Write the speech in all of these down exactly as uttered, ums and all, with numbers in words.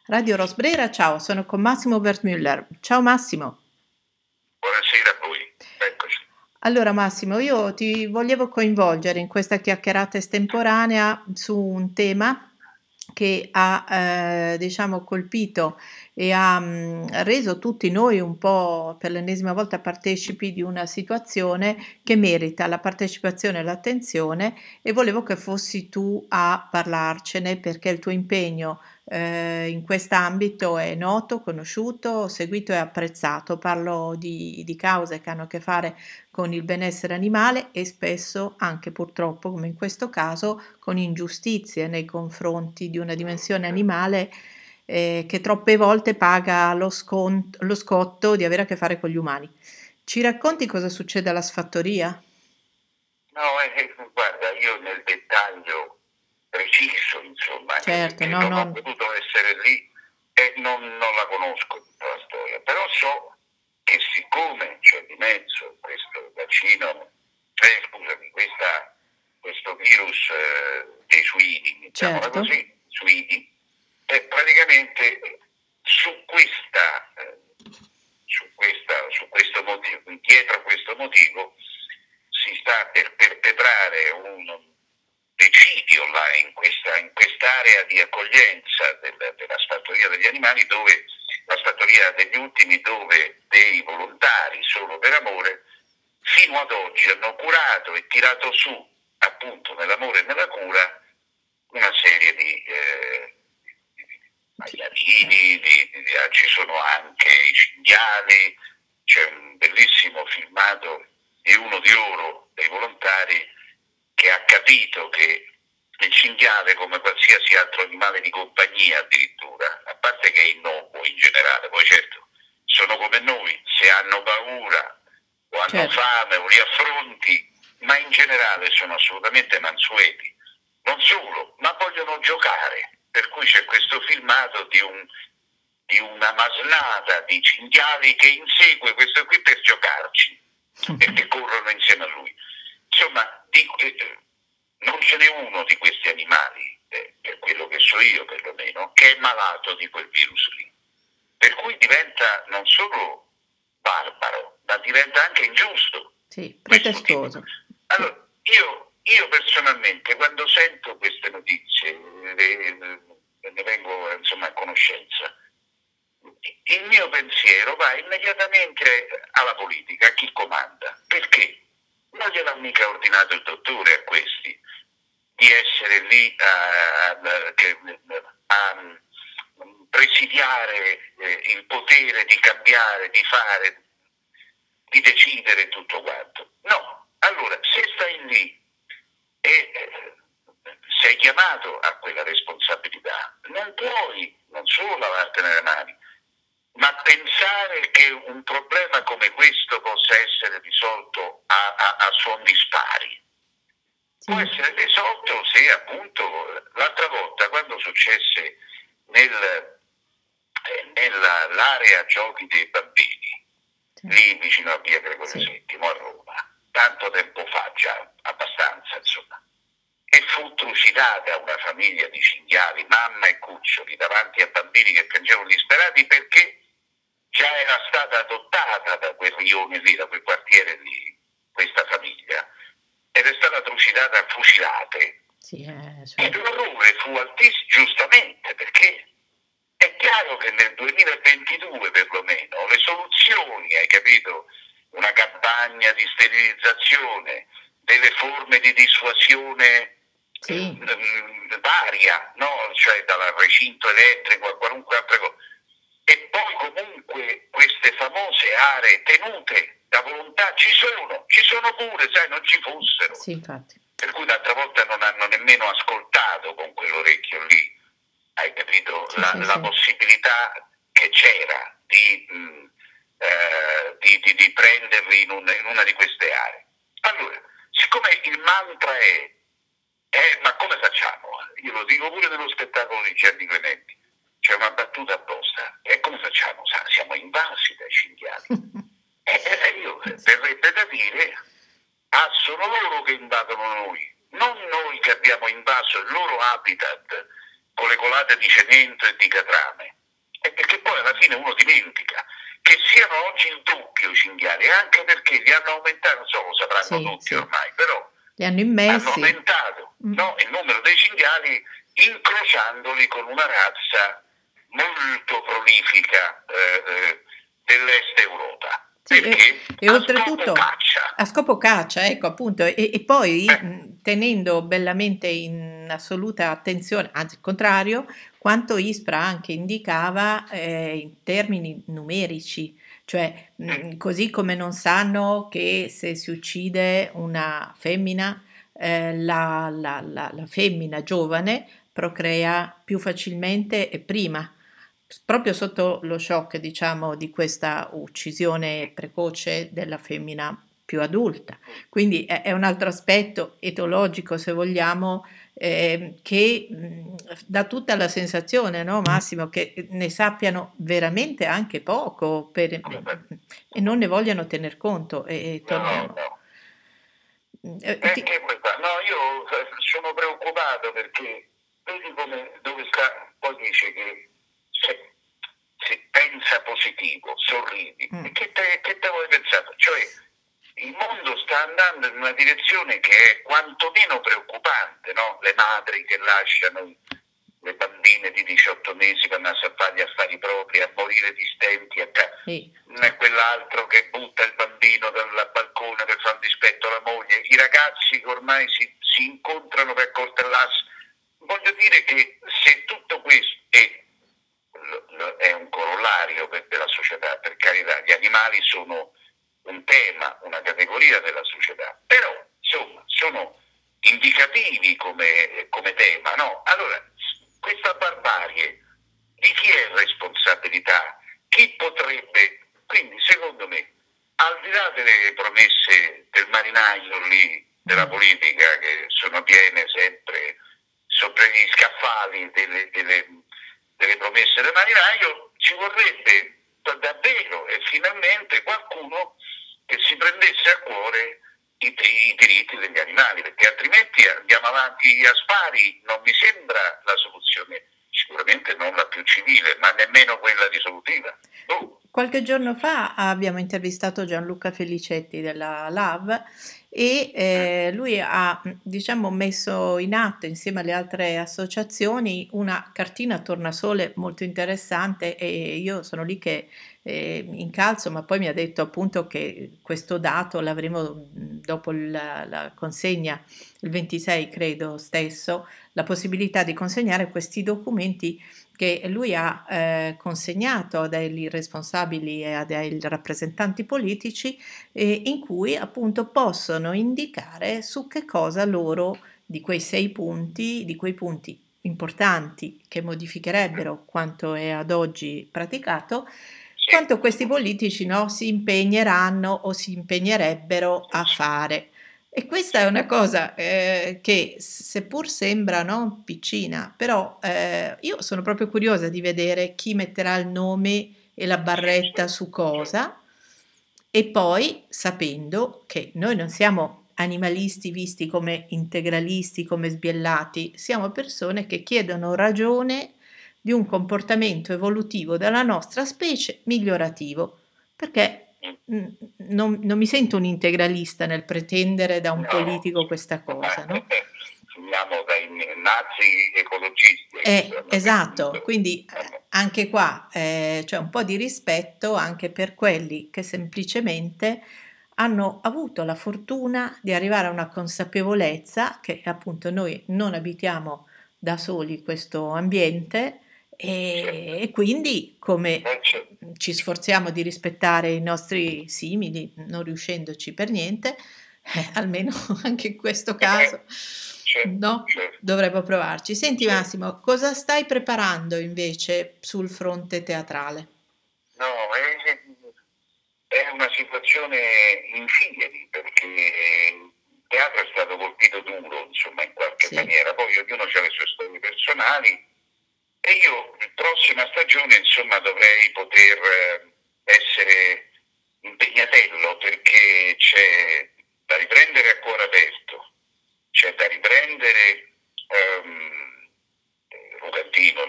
Radio Rosbrera, ciao, sono con Massimo Wertmüller. Ciao Massimo. Buonasera a voi, eccoci. Allora Massimo, io ti volevo coinvolgere in questa chiacchierata estemporanea su un tema che ha, ehm, diciamo colpito e ha, mhmm, reso tutti noi un po' per l'ennesima volta partecipi di una situazione che merita la partecipazione e l'attenzione e volevo che fossi tu a parlarcene perché il tuo impegno, ehm, in quest'ambito è noto, conosciuto, seguito e apprezzato. Parlo di di cause che hanno a che fare con il benessere animale e spesso anche purtroppo, come in questo caso, con ingiustizie nei confronti di una dimensione animale, ehm, che troppe volte paga lo scont lo scotto di avere a che fare con gli umani. Ci racconti cosa succede alla sfattoria? No, eh, eh, guarda, io nel dettaglio preciso, insomma, anche Certo, perché no, non ho non potuto essere lì e non, non la conosco tutta la storia, però so che siccome c'è di mezzo questo vaccino, eh, scusami, questa, questo virus eh, dei suini, mettiamola certo, così, suini, e praticamente su questa, eh, su questa, su questo motivo, dietro a questo motivo si sta per perpetrare un presidio là in, questa, in quest'area di accoglienza del, della sfattoria degli animali, dove la sfattoria degli ultimi, dove dei volontari solo per amore fino ad oggi hanno curato e tirato su, appunto nell'amore e nella cura, una serie di eh, maialini, di, di, di, ci sono anche i cinghiali, c'è un bellissimo filmato di uno di loro, dei volontari, che ha capito che il cinghiale, come qualsiasi altro animale di compagnia addirittura, a parte che è innocuo in generale, poi certo sono come noi, se hanno paura o hanno certo. fame o li affronti, ma in generale sono assolutamente mansueti. Non solo, ma vogliono giocare, per cui c'è questo filmato di, un, di una masnada di cinghiali che insegue questo qui per giocarci e che corrono insieme a lui. Insomma, di, eh, non ce n'è uno di questi animali, eh, per quello che so io perlomeno, che è malato di quel virus lì. Per cui diventa non solo barbaro, ma diventa anche ingiusto Sì, questo tipo. pretestuoso. Sì. Allora, io, io personalmente quando sento queste notizie, eh, ne vengo insomma a conoscenza, il mio pensiero va immediatamente alla politica, a chi comanda. Perché? Non gliel'ha mica ordinato il dottore a questi di essere lì a, a, a presidiare eh, il potere di cambiare, di fare, di decidere tutto quanto. No, allora se stai lì e eh, sei chiamato a quella responsabilità, non puoi non solo lavartene le mani, ma pensare che un problema come questo possa essere risolto a, a, a suon di spari. Può Sì. essere risolto se appunto l'altra volta quando successe nel, eh, nell'area giochi dei bambini, Sì. lì vicino a via Gregorio Sì. settimo a Roma, tanto tempo fa già, abbastanza insomma, e fu trucidata una famiglia di cinghiali, mamma e cuccioli, davanti a bambini che piangevano disperati perché già era stata adottata da quel rione lì, da quel quartiere lì, questa famiglia, ed è stata trucidata a fucilate. Sì, eh, E certo. l'orrore fu altissimo, giustamente, perché è chiaro che nel duemilaventidue perlomeno le soluzioni, hai capito, una campagna di sterilizzazione, delle forme di dissuasione Sì, eh, varia, no? Cioè dal recinto elettrico a qualunque altra cosa. E poi comunque queste famose aree tenute da volontà ci sono, ci sono pure, sai, non ci fossero. sì, infatti. Per cui l'altra volta non hanno nemmeno ascoltato con quell'orecchio lì, hai capito, Sì, la, sì, la sì. possibilità che c'era di, mh, eh, di, di, di prenderli in, un, in una di queste aree. Allora, siccome il mantra è, è ma come facciamo? Io lo dico pure nello spettacolo di Gianni Clementi, c'è una battuta apposta, e come facciamo? Siamo invasi dai cinghiali. E, e io verrebbe da dire, ah, sono loro che invadono noi, non noi che abbiamo invaso il loro habitat con le percolate di cemento e di catrame. E perché poi alla fine uno dimentica che siano oggi in doppio i cinghiali, anche perché li hanno aumentato, non so, lo sapranno Sì, tutti sì. ormai, però Li hanno hanno immessi. aumentato Mm. no, il numero dei cinghiali incrociandoli con una razza molto prolifica eh, eh, dell'est Europa. Sì, Perché e, e a oltretutto scopo caccia. a scopo caccia, ecco appunto, e, e poi Eh, mh, tenendo bellamente in assoluta attenzione, anzi il contrario, quanto ISPRA anche indicava eh, in termini numerici, cioè mh, così come non sanno che se si uccide una femmina, eh, la, la, la, la femmina giovane procrea più facilmente e prima proprio sotto lo shock, diciamo, di questa uccisione precoce della femmina più adulta. Quindi è, è un altro aspetto etologico, se vogliamo, eh, che mh, dà tutta la sensazione, no, Massimo, che ne sappiano veramente anche poco per, e non ne vogliano tener conto. E, e no, torniamo. no. Eh, Eh, ti- che questa? No, io eh, sono preoccupato perché vedi come dove sta, poi dice che se, se pensa positivo, sorridi. Mm. E che te, che te vuoi pensare? Cioè, il mondo sta andando in una direzione che è quantomeno preoccupante, no? Le madri che lasciano le bambine di diciotto mesi per andare a fare gli affari propri, a morire di stenti a casa. sì, Non è quell'altro che butta il bambino dal balcone per far dispetto alla moglie, i ragazzi che ormai si, si incontrano per coltellarsi. Voglio dire che se tutto questo è, è un corollario per, della società, per carità, gli animali sono un tema, una categoria della società, però insomma sono indicativi come, come tema, no? Allora, questa barbarie di chi è responsabilità? Chi potrebbe? Quindi secondo me, al di là delle promesse del marinaio lì, della politica, che sono piene sempre sopra gli scaffali delle, delle, delle promesse del marinaio, ci vorrebbe davvero e finalmente qualcuno che si prendesse a cuore i, i diritti degli animali, perché altrimenti andiamo avanti a spari. Non mi sembra la soluzione, sicuramente non la più civile, ma nemmeno quella risolutiva. Oh. Qualche giorno fa abbiamo intervistato Gianluca Felicetti della L A V e eh, lui ha, diciamo, messo in atto insieme alle altre associazioni una cartina tornasole molto interessante e io sono lì che eh, incalzo, ma poi mi ha detto appunto che questo dato l'avremo dopo la, la consegna, il ventisei credo stesso, la possibilità di consegnare questi documenti che lui ha eh, consegnato a dei responsabili e a dei rappresentanti politici eh, in cui appunto possono indicare su che cosa loro di quei sei punti, di quei punti importanti che modificherebbero quanto è ad oggi praticato, quanto questi politici no, si impegneranno o si impegnerebbero a fare. E questa è una cosa eh, che seppur sembra no, piccina, però eh, io sono proprio curiosa di vedere chi metterà il nome e la barretta su cosa e poi sapendo che noi non siamo animalisti visti come integralisti, come sbiellati, siamo persone che chiedono ragione di un comportamento evolutivo della nostra specie migliorativo, perché Mm, non, non mi sento un integralista nel pretendere da un No, politico questa cosa, no? Finiamo dai nazi ecologisti. Eh, esatto, quindi eh, anche qua eh, c'è un po' di rispetto anche per quelli che semplicemente hanno avuto la fortuna di arrivare a una consapevolezza che appunto noi non abitiamo da soli questo ambiente e, e quindi come ci sforziamo di rispettare i nostri simili, non riuscendoci per niente, eh, almeno anche in questo caso, no? Dovremmo provarci. Senti Massimo, cosa stai preparando invece sul fronte teatrale? No, è, è una situazione in fieri perché il teatro è stato colpito duro, insomma, in qualche Sì. maniera. Poi ognuno ha le sue storie personali e io, la prossima stagione, insomma, dovrei poter essere impegnatello perché c'è da riprendere a cuore aperto, c'è da riprendere um, Rugantino,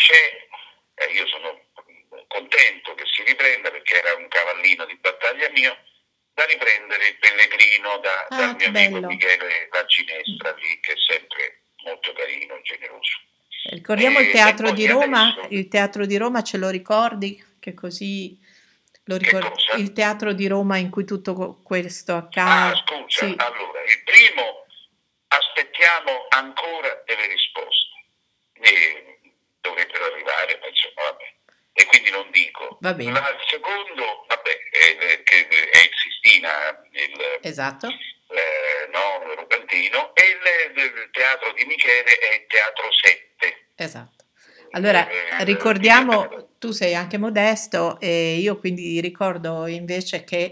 c'è, eh, io sono contento che si riprenda perché era un cavallino di battaglia mio, da riprendere il Pellegrino da, Ah, dal che mio amico bello. Michele La Mm. Ginestra lì, che è sempre molto carino, generoso. Ricordiamo il E, e teatro di poi Roma, adesso, il teatro di Roma ce lo ricordi? Che così lo che ricordi? cosa? Il teatro di Roma in cui tutto co- questo Ah, accade. scusa, Sì, allora, il primo aspettiamo ancora delle risposte. E dovrebbero arrivare, ma insomma, vabbè. E quindi non dico. va bene. La- il secondo, vabbè, è, è- che è il Sistina, il, Esatto. eh, no, il Rubantino, e il, il teatro di Michele è il Teatro sette. Esatto. Allora, Eh, eh, ricordiamo, tu sei anche modesto e io quindi ricordo invece che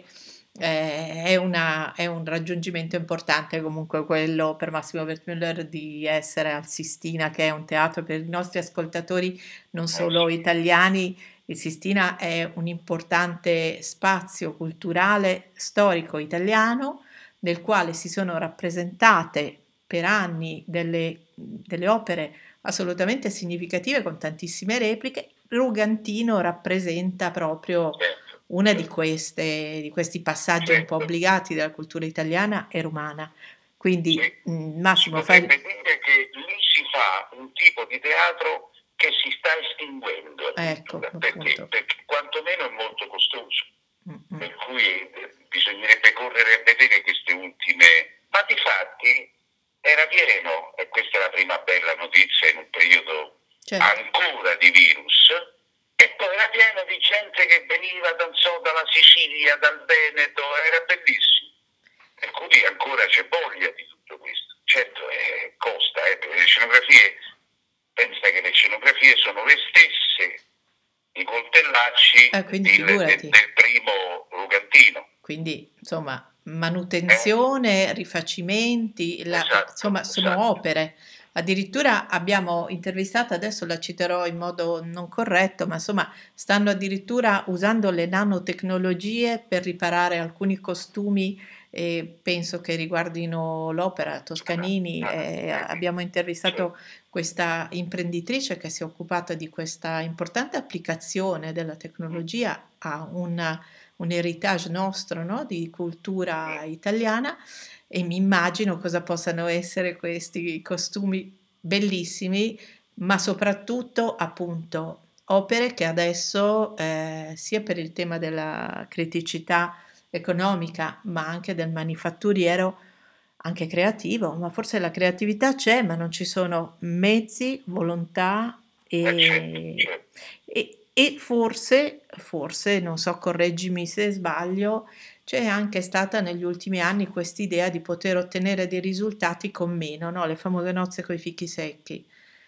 eh, è, una- è un raggiungimento importante comunque quello per Massimo Wertmüller di essere al Sistina, che è un teatro per i nostri ascoltatori non solo italiani. Il Sistina è un importante spazio culturale storico italiano nel quale si sono rappresentate per anni delle, delle opere assolutamente significative con tantissime repliche. Rugantino rappresenta proprio certo, una di certo, queste, di questi passaggi un po' certo. obbligati della cultura italiana e romana. Quindi Sì. mh, Si Massimo, fai... potrebbe dire che lì si fa un tipo di teatro che si sta estinguendo Ecco, addirittura, perché, appunto. perché quantomeno è molto costoso, Mm, mm. per cui eh, bisognerebbe correre a vedere queste ultime. Ma di fatti era pieno, e questa è la prima bella notizia in un periodo Certo. ancora di virus, e poi era pieno di gente che veniva da, non so, dalla Sicilia, dal Veneto, era bellissimo. Per cui ancora c'è voglia di tutto questo. Certo, eh, costa, eh, perché le scenografie, pensa che le scenografie sono le stesse, i coltellacci Eh, quindi del, del, figurati. del primo Rugantino. Quindi, insomma, Eh? manutenzione, rifacimenti, la- Esatto, insomma, sono esatto. opere. Addirittura abbiamo intervistato, adesso la citerò in modo non corretto, ma insomma, stanno addirittura usando le nanotecnologie per riparare alcuni costumi, e penso che riguardino l'opera Toscanini. Ah, Eh, vedi, abbiamo intervistato certo. questa imprenditrice che si è occupata di questa importante applicazione della tecnologia a un un heritage nostro, no? Di cultura italiana, e mi immagino cosa possano essere questi costumi bellissimi, ma soprattutto appunto opere che adesso, eh, sia per il tema della criticità economica, ma anche del manifatturiero, anche creativo, ma forse la creatività c'è, ma non ci sono mezzi, volontà Eh, certo, e, certo. e- e forse, forse, non so, correggimi se sbaglio, c'è anche stata negli ultimi anni quest'idea di poter ottenere dei risultati con meno, no? Le famose nozze coi fichi secchi,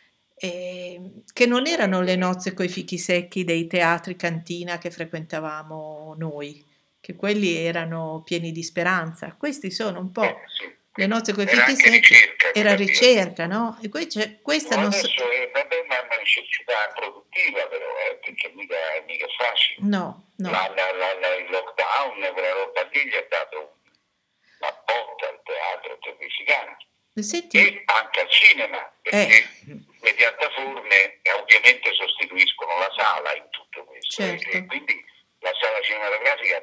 ehm, che non erano le nozze coi fichi secchi dei teatri cantina che frequentavamo noi, che quelli erano pieni di speranza. Questi sono un Eh, po' sì. le nozze coi Era fichi anche secchi, ricerca era quella lì. ricerca, no? E poi c'è questa No, non so... adesso è vabbè, ma è una necessità produttiva però, eh, perché mica, mica è facile. No, no. La, la, la, la, il lockdown, quella roba lì gli ha dato una botta al teatro terrificante Senti, e anche al cinema, perché eh, le piattaforme eh, ovviamente sostituiscono la sala in tutto questo, e, e certo. quindi la sala cinematografica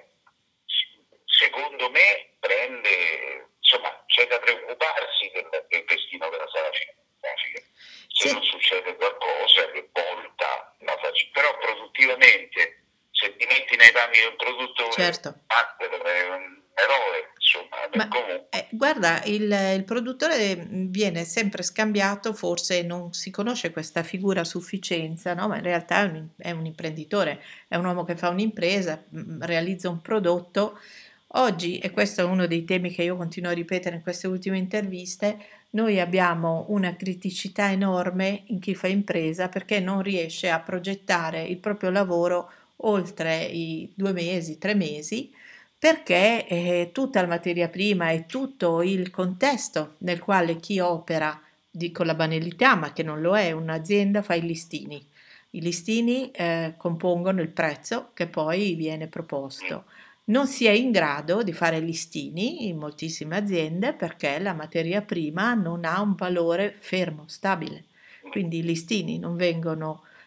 secondo me prende, insomma, c'è da preoccuparsi del, del destino della sala cinematografica. Se Se- non succede qualcosa che volta la faccia, però produttivamente, se ti metti nei panni di un produttore, certo. ah, è un eroe, insomma, Ma comunque. eh, guarda, il, il produttore mh, viene sempre scambiato, forse non si conosce questa figura a sufficienza, no? Ma in realtà è un, è un imprenditore, è un uomo che fa un'impresa, mh, realizza un prodotto. Oggi, e questo è uno dei temi che io continuo a ripetere in queste ultime interviste, noi abbiamo una criticità enorme in chi fa impresa perché non riesce a progettare il proprio lavoro oltre i due mesi, tre mesi, perché eh, tutta la materia prima e tutto il contesto nel quale chi opera, dico la banalità, ma che non lo è, un'azienda fa i listini. I listini eh, compongono il prezzo che poi viene proposto. Non si è in grado di fare listini in moltissime aziende perché la materia prima non ha un valore fermo, stabile. Quindi i listini non vengono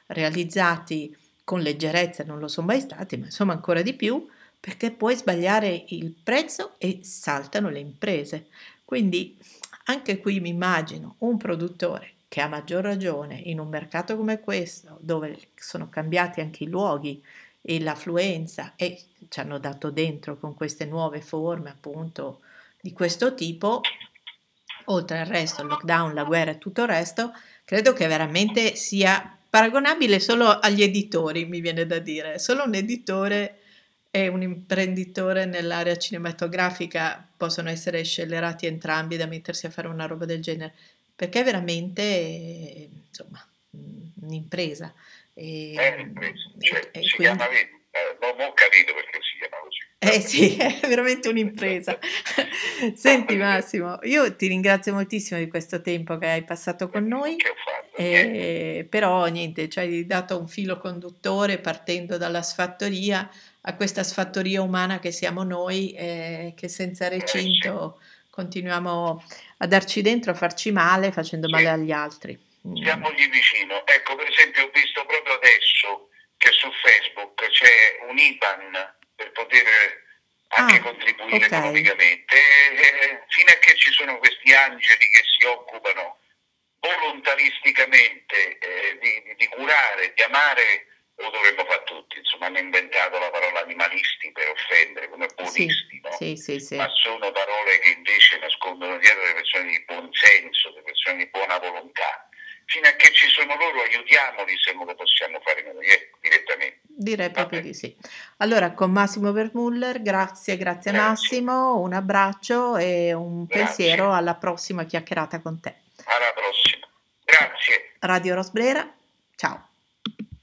realizzati con leggerezza non lo sono mai stati, ma insomma ancora di più, perché puoi sbagliare il prezzo e saltano le imprese. Quindi anche qui mi immagino un produttore che a maggior ragione in un mercato come questo, dove sono cambiati anche i luoghi e l'affluenza e ci hanno dato dentro con queste nuove forme appunto di questo tipo, oltre al resto, il lockdown, la guerra e tutto il resto, credo che veramente sia paragonabile solo agli editori, mi viene da dire. Solo un editore e un imprenditore nell'area cinematografica possono essere scellerati entrambi da mettersi a fare una roba del genere, perché è veramente, eh, insomma, mm, un'impresa. E, È un'impresa, e- cioè, e si chiama, quindi, vedi, eh, non ho capito perché si chiama così. eh Vabbè. sì, è veramente un'impresa. Senti Massimo, io ti ringrazio moltissimo di questo tempo che hai passato con noi, Che ho fatto? Niente. eh, però niente, ci hai dato un filo conduttore partendo dalla sfattoria a questa sfattoria umana che siamo noi, eh, che senza Eh sì, recinto continuiamo a darci dentro, a farci male, facendo male sì, agli altri. Mm. siamogli vicino. Ecco, per esempio, ho visto proprio adesso che su Facebook c'è un I B A N per poter anche Ah, contribuire ok, economicamente. E, eh, fino a che ci sono questi angeli che si occupano volontaristicamente eh, di, di, di curare, di amare, lo dovremmo fare tutti. Insomma, hanno inventato la parola animalisti per offendere, come sì, buonisti, no? sì, sì, Ma sì. sono parole che invece nascondono dietro le persone di buon senso, le persone di buona volontà. Fino a che ci sono loro, aiutiamoli se non lo possiamo fare noi, eh, direttamente. Direi proprio Vabbè, di sì. Allora, con Massimo Vermuller, grazie, grazie grazie, Massimo, un abbraccio e un pensiero grazie. alla prossima chiacchierata con te. Alla prossima. Grazie. Radio Rosbrera, ciao.